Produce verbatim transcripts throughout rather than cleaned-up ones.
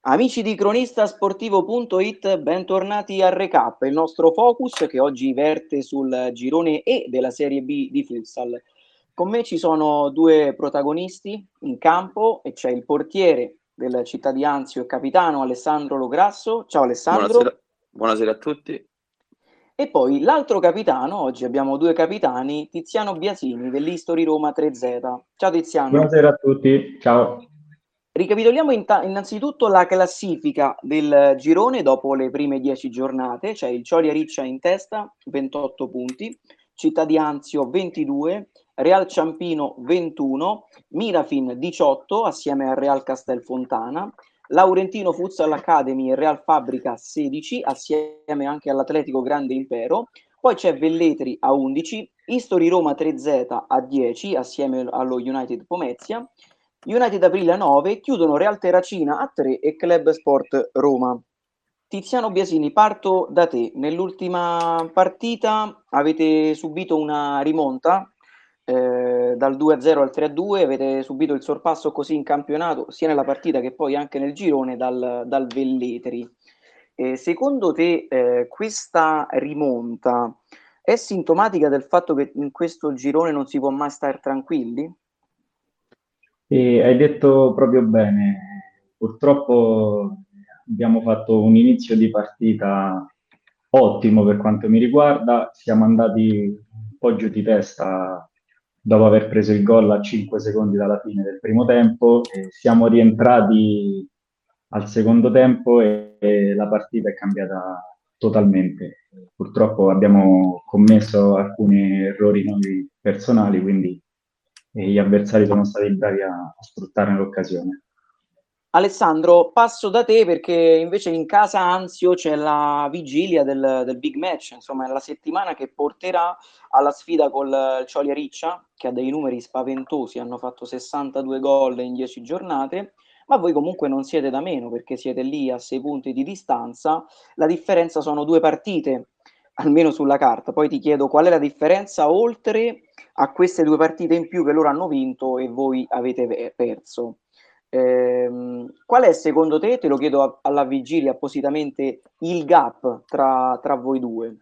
Amici di cronistasportivo punto it, bentornati al recap, il nostro focus che oggi verte sul girone E della Serie B di futsal. Con me ci sono due protagonisti in campo e c'è il portiere del Città di Anzio e capitano Alessandro Lograsso. Ciao Alessandro. Buonasera, buonasera a tutti. E poi l'altro capitano, oggi abbiamo due capitani, Tiziano Biasini dell'History Roma tre Z. Ciao Tiziano. Buonasera a tutti, ciao. Ricapitoliamo inta- innanzitutto la classifica del girone dopo le prime dieci giornate. C'è il Ciolia Riccia in testa, ventotto punti, Città di Anzio ventidue, Real Ciampino ventuno, Mirafin diciotto assieme al Real Castelfontana, Laurentino Futsal Academy e Real Fabbrica sedici assieme anche all'Atletico Grande Impero. Poi c'è Velletri a undici, History Roma tre Z a dieci assieme allo United Pomezia, United Aprile a nove, chiudono Real Terracina a tre e Club Sport Roma. Tiziano Biasini, parto da te. Nell'ultima partita avete subito una rimonta eh, dal due a zero al tre a due, avete subito il sorpasso così in campionato, sia nella partita che poi anche nel girone dal, dal Velletri. Eh, secondo te eh, questa rimonta è sintomatica del fatto che in questo girone non si può mai stare tranquilli? E hai detto proprio bene, purtroppo abbiamo fatto un inizio di partita ottimo per quanto mi riguarda, siamo andati un po' giù di testa dopo aver preso il gol a cinque secondi dalla fine del primo tempo, e siamo rientrati al secondo tempo e, e la partita è cambiata totalmente. Purtroppo abbiamo commesso alcuni errori noi personali, quindi e gli avversari sono stati bravi a, a sfruttare l'occasione. Alessandro, passo da te perché invece in casa Anzio c'è la vigilia del, del big match, insomma è la settimana che porterà alla sfida col Ciolia Riccia, che ha dei numeri spaventosi, hanno fatto sessantadue gol in dieci giornate, ma voi comunque non siete da meno perché siete lì a sei punti di distanza, la differenza sono due partite, almeno sulla carta, poi ti chiedo qual è la differenza oltre a queste due partite in più che loro hanno vinto e voi avete perso. Ehm, qual è secondo te, te lo chiedo a- alla vigilia appositamente, il gap tra, tra voi due?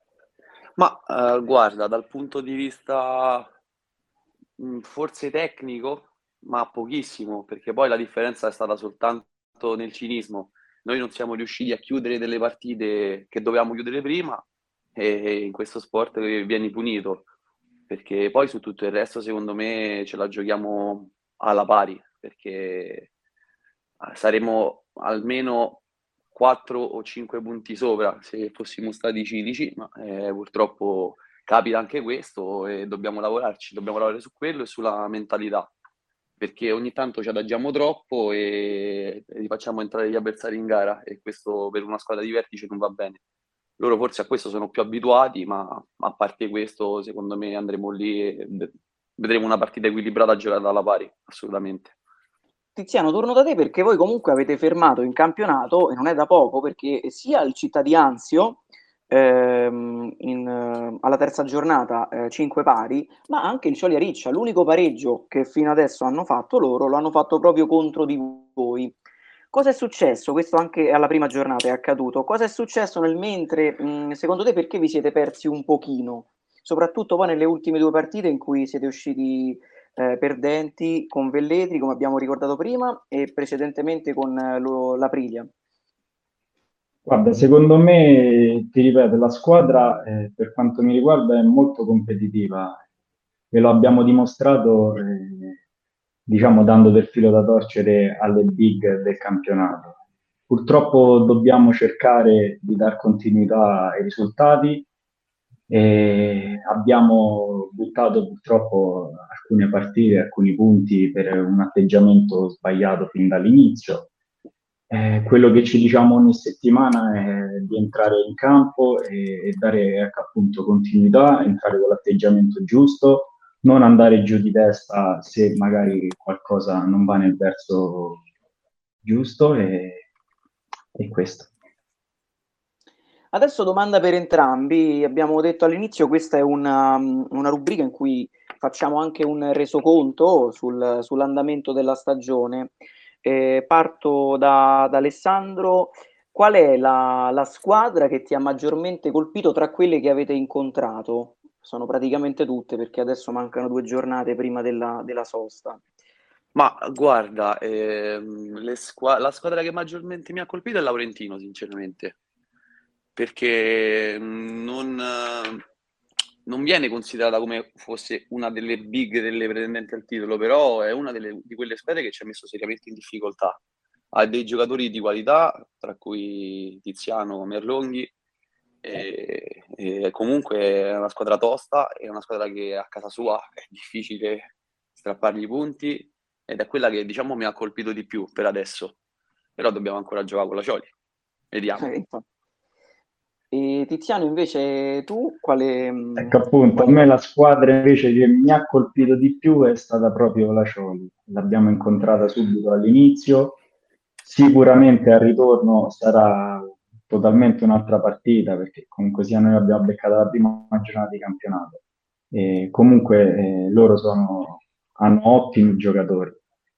Ma eh, guarda, dal punto di vista mh, forse tecnico, ma pochissimo, perché poi la differenza è stata soltanto nel cinismo. Noi non siamo riusciti a chiudere delle partite che dovevamo chiudere prima e in questo sport vieni punito, perché poi su tutto il resto secondo me ce la giochiamo alla pari, perché eh, saremo almeno quattro o cinque punti sopra se fossimo stati cinici, ma eh, purtroppo capita anche questo e dobbiamo lavorarci, dobbiamo lavorare su quello e sulla mentalità, perché ogni tanto ci adagiamo troppo e, e li facciamo entrare gli avversari in gara e questo per una squadra di vertice non va bene. Loro forse a questo sono più abituati, ma a parte questo, secondo me andremo lì e vedremo una partita equilibrata giocata alla pari, assolutamente. Tiziano, torno da te perché voi comunque avete fermato in campionato, e non è da poco, perché sia il Città di Anzio ehm, in, eh, alla terza giornata cinque pari, ma anche il Ciolia Riccia, l'unico pareggio che fino adesso hanno fatto loro, lo hanno fatto proprio contro di voi. Cosa è successo? Questo anche alla prima giornata è accaduto. Cosa è successo nel mentre, mh, secondo te, perché vi siete persi un pochino? Soprattutto poi nelle ultime due partite in cui siete usciti eh, perdenti con Velletri, come abbiamo ricordato prima, e precedentemente con eh, lo- l'Aprilia. Guarda, secondo me, ti ripeto, la squadra eh, per quanto mi riguarda è molto competitiva e lo abbiamo dimostrato, eh, diciamo, dando del filo da torcere alle big del campionato. Purtroppo dobbiamo cercare di dar continuità ai risultati e abbiamo buttato purtroppo alcune partite, alcuni punti per un atteggiamento sbagliato fin dall'inizio. Eh, quello che ci diciamo ogni settimana è di entrare in campo e, e dare ecco, appunto continuità, entrare con l'atteggiamento giusto, non andare giù di testa se magari qualcosa non va nel verso giusto e, e questo. Adesso domanda per entrambi. Abbiamo detto all'inizio, questa è una, una rubrica in cui facciamo anche un resoconto sul- sull'andamento della stagione. Eh, parto da, da Alessandro. Qual è la, la squadra che ti ha maggiormente colpito tra quelle che avete incontrato? Sono praticamente tutte perché adesso mancano due giornate prima della, della sosta. Ma guarda, ehm, le squa- la squadra che maggiormente mi ha colpito è Laurentino, sinceramente, perché mh, non, eh, non viene considerata come fosse una delle big delle pretendenti al titolo, però è una delle- di quelle squadre che ci ha messo seriamente in difficoltà. Ha dei giocatori di qualità, tra cui Tiziano, Merlonghi, e, e comunque è una squadra tosta, è una squadra che a casa sua è difficile strappargli i punti ed è quella che diciamo mi ha colpito di più per adesso. Però dobbiamo ancora giocare con la Cioli. Vediamo. Eh, infatti. E Tiziano, invece, tu quale, mh, Ecco, appunto, a quale- me la squadra invece che mi ha colpito di più è stata proprio la Cioli. L'abbiamo incontrata subito all'inizio. Sicuramente al ritorno sarà totalmente un'altra partita, perché comunque sia noi abbiamo beccato la prima giornata di campionato. E comunque eh, loro sono, hanno ottimi giocatori.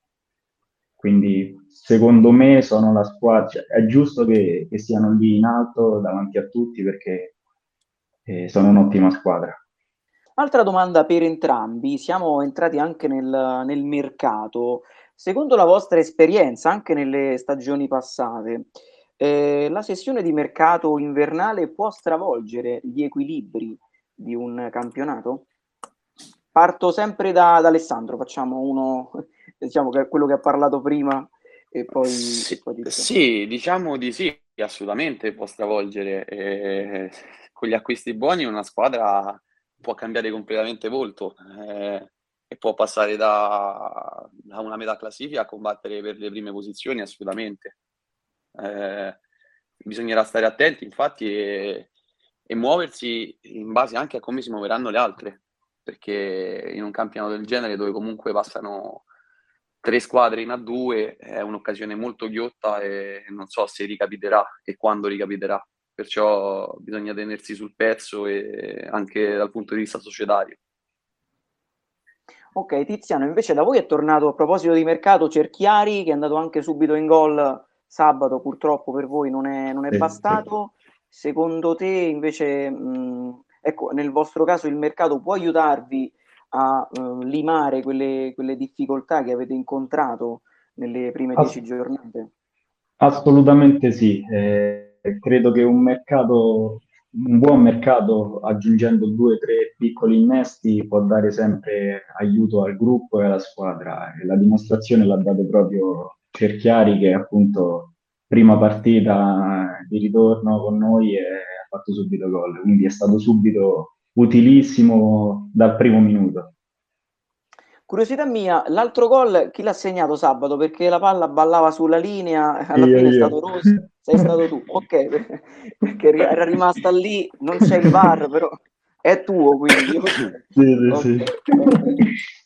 Quindi secondo me sono la squadra, cioè, è giusto che, che siano lì in alto davanti a tutti perché eh, sono un'ottima squadra. Altra domanda per entrambi, siamo entrati anche nel, nel mercato. Secondo la vostra esperienza, anche nelle stagioni passate, eh, la sessione di mercato invernale può stravolgere gli equilibri di un campionato? Parto sempre da, da Alessandro, facciamo uno, diciamo che è quello che ha parlato prima e poi, e Sì, poi Tiziano. sì, diciamo di sì, assolutamente può stravolgere. Eh, con gli acquisti buoni una squadra può cambiare completamente volto eh, e può passare da, da una metà classifica a combattere per le prime posizioni, assolutamente. Eh, bisognerà stare attenti, infatti, e, e muoversi in base anche a come si muoveranno le altre, perché in un campionato del genere dove comunque passano tre squadre in A due è un'occasione molto ghiotta e non so se ricapiterà e quando ricapiterà. Perciò bisogna tenersi sul pezzo e anche dal punto di vista societario. Ok, Tiziano, invece da voi è tornato a proposito di mercato Cerchiari, che è andato anche subito in gol sabato, purtroppo per voi non è, non è Sì, sì. bastato. Secondo te, invece, mh, ecco, nel vostro caso il mercato può aiutarvi a eh, limare quelle, quelle difficoltà che avete incontrato nelle prime Ass- dieci giornate? Assolutamente sì. Eh, credo che un mercato, un buon mercato, aggiungendo due o tre piccoli innesti, può dare sempre aiuto al gruppo e alla squadra. E la dimostrazione l'ha dato proprio Cerchiari, che appunto prima partita di ritorno con noi e ha fatto subito gol, quindi è stato subito utilissimo dal primo minuto. Curiosità mia, l'altro gol chi l'ha segnato sabato? Perché la palla ballava sulla linea, alla Io, fine è io. stato Rossi, sei stato tu, ok, perché era rimasta lì, non c'è il V A R, però è tuo quindi, ok, Sì, sì, sì. ok, ok.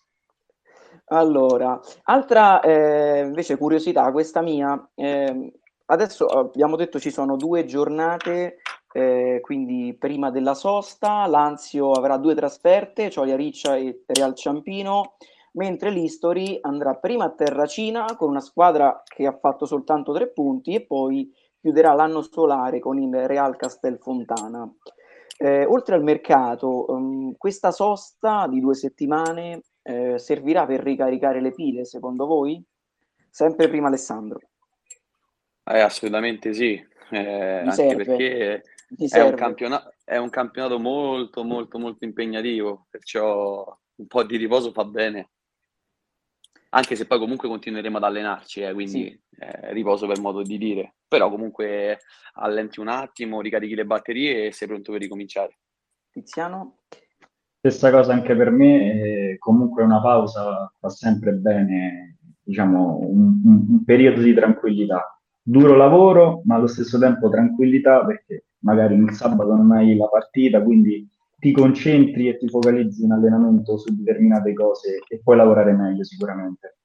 Allora, altra eh, invece curiosità, questa mia, ehm, adesso abbiamo detto ci sono due giornate, eh, quindi prima della sosta, l'Anzio avrà due trasferte, Cioia Riccia e Real Ciampino, mentre l'History andrà prima a Terracina con una squadra che ha fatto soltanto tre punti e poi chiuderà l'anno solare con il Real Castelfontana. Eh, oltre al mercato, ehm, questa sosta di due settimane eh, servirà per ricaricare le pile, secondo voi? Sempre prima Alessandro. Eh, assolutamente sì, eh, Vi anche serve? perché Vi è un serve? campionato, è un campionato molto, molto, molto impegnativo, perciò un po' di riposo fa bene, anche se poi comunque continueremo ad allenarci, eh, quindi Sì. eh, riposo per modo di dire, però comunque allenti un attimo, ricarichi le batterie e sei pronto per ricominciare. Tiziano? Stessa cosa anche per me, eh, comunque una pausa fa sempre bene, diciamo, un, un- un periodo di tranquillità. Duro lavoro, ma allo stesso tempo tranquillità perché magari il sabato non hai la partita, quindi ti concentri e ti focalizzi in allenamento su determinate cose e puoi lavorare meglio sicuramente.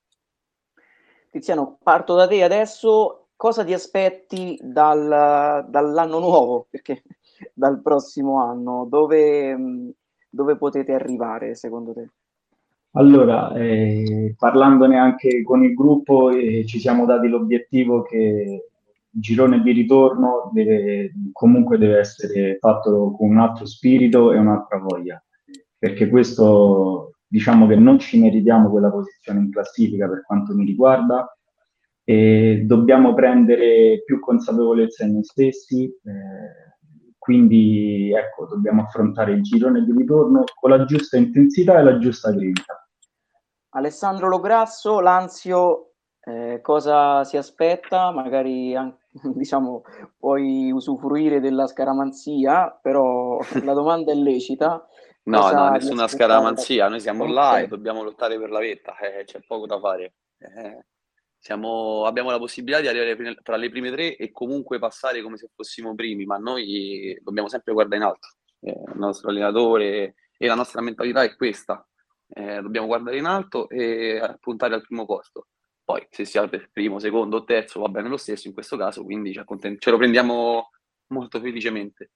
Tiziano, parto da te adesso. Cosa ti aspetti dal- dall'anno nuovo? Perché dal prossimo anno, dove, mh, dove potete arrivare secondo te? Allora, eh, parlandone anche con il gruppo, eh, ci siamo dati l'obiettivo che il girone di ritorno deve, comunque deve essere fatto con un altro spirito e un'altra voglia, perché questo diciamo che non ci meritiamo quella posizione in classifica per quanto mi riguarda e dobbiamo prendere più consapevolezza in noi stessi, eh, quindi ecco, dobbiamo affrontare il girone di ritorno con la giusta intensità e la giusta grinta. Alessandro Lograsso, Lazio, eh, cosa si aspetta? Magari an- diciamo, puoi usufruire della scaramanzia, però la domanda è lecita. No, no, Cosa vi nessuna aspettate? scaramanzia, noi siamo là e Ok. dobbiamo lottare per la vetta, eh, c'è poco da fare. Eh, siamo- abbiamo la possibilità di arrivare pri- tra le prime tre e comunque passare come se fossimo primi, ma noi dobbiamo sempre guardare in alto. Eh, il nostro allenatore e la nostra mentalità è questa. Eh, dobbiamo guardare in alto e puntare al primo posto. Poi se sia per primo, secondo o terzo va bene lo stesso in questo caso, quindi ci accontent- ce lo prendiamo molto felicemente.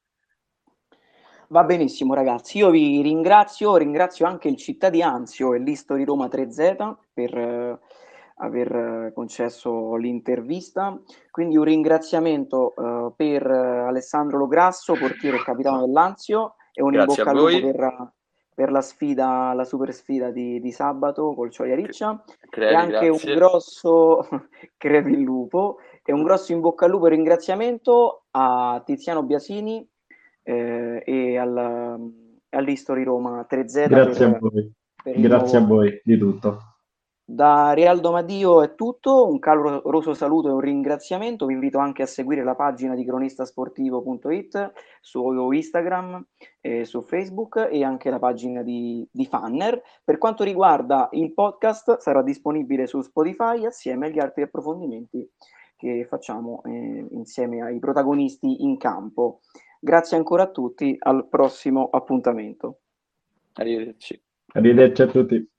Va benissimo ragazzi, io vi ringrazio, ringrazio anche il Città di Anzio e l'History Roma tre Z per eh, aver eh, concesso l'intervista. Quindi un ringraziamento eh, per eh, Alessandro Lograsso, portiere e capitano dell'Anzio, e un in Grazie a bocca al lupo voi. per, per la sfida, la super sfida di, di sabato col Cioia Riccia, e Crepi, anche un grazie. grosso crepi il lupo e un grosso in bocca al lupo e ringraziamento a Tiziano Biasini eh, e al, all'History Roma tre Z Grazie a per, voi, per il grazie a nuovo. voi di tutto. Da Realdo Madio è tutto, un caloroso saluto e un ringraziamento. Vi invito anche a seguire la pagina di cronistasportivo punto it su Instagram e su Facebook, e anche la pagina di, di Fanner. Per quanto riguarda il podcast, sarà disponibile su Spotify assieme agli altri approfondimenti che facciamo eh, insieme ai protagonisti in campo. Grazie ancora a tutti, al prossimo appuntamento. Arrivederci. Arrivederci a tutti.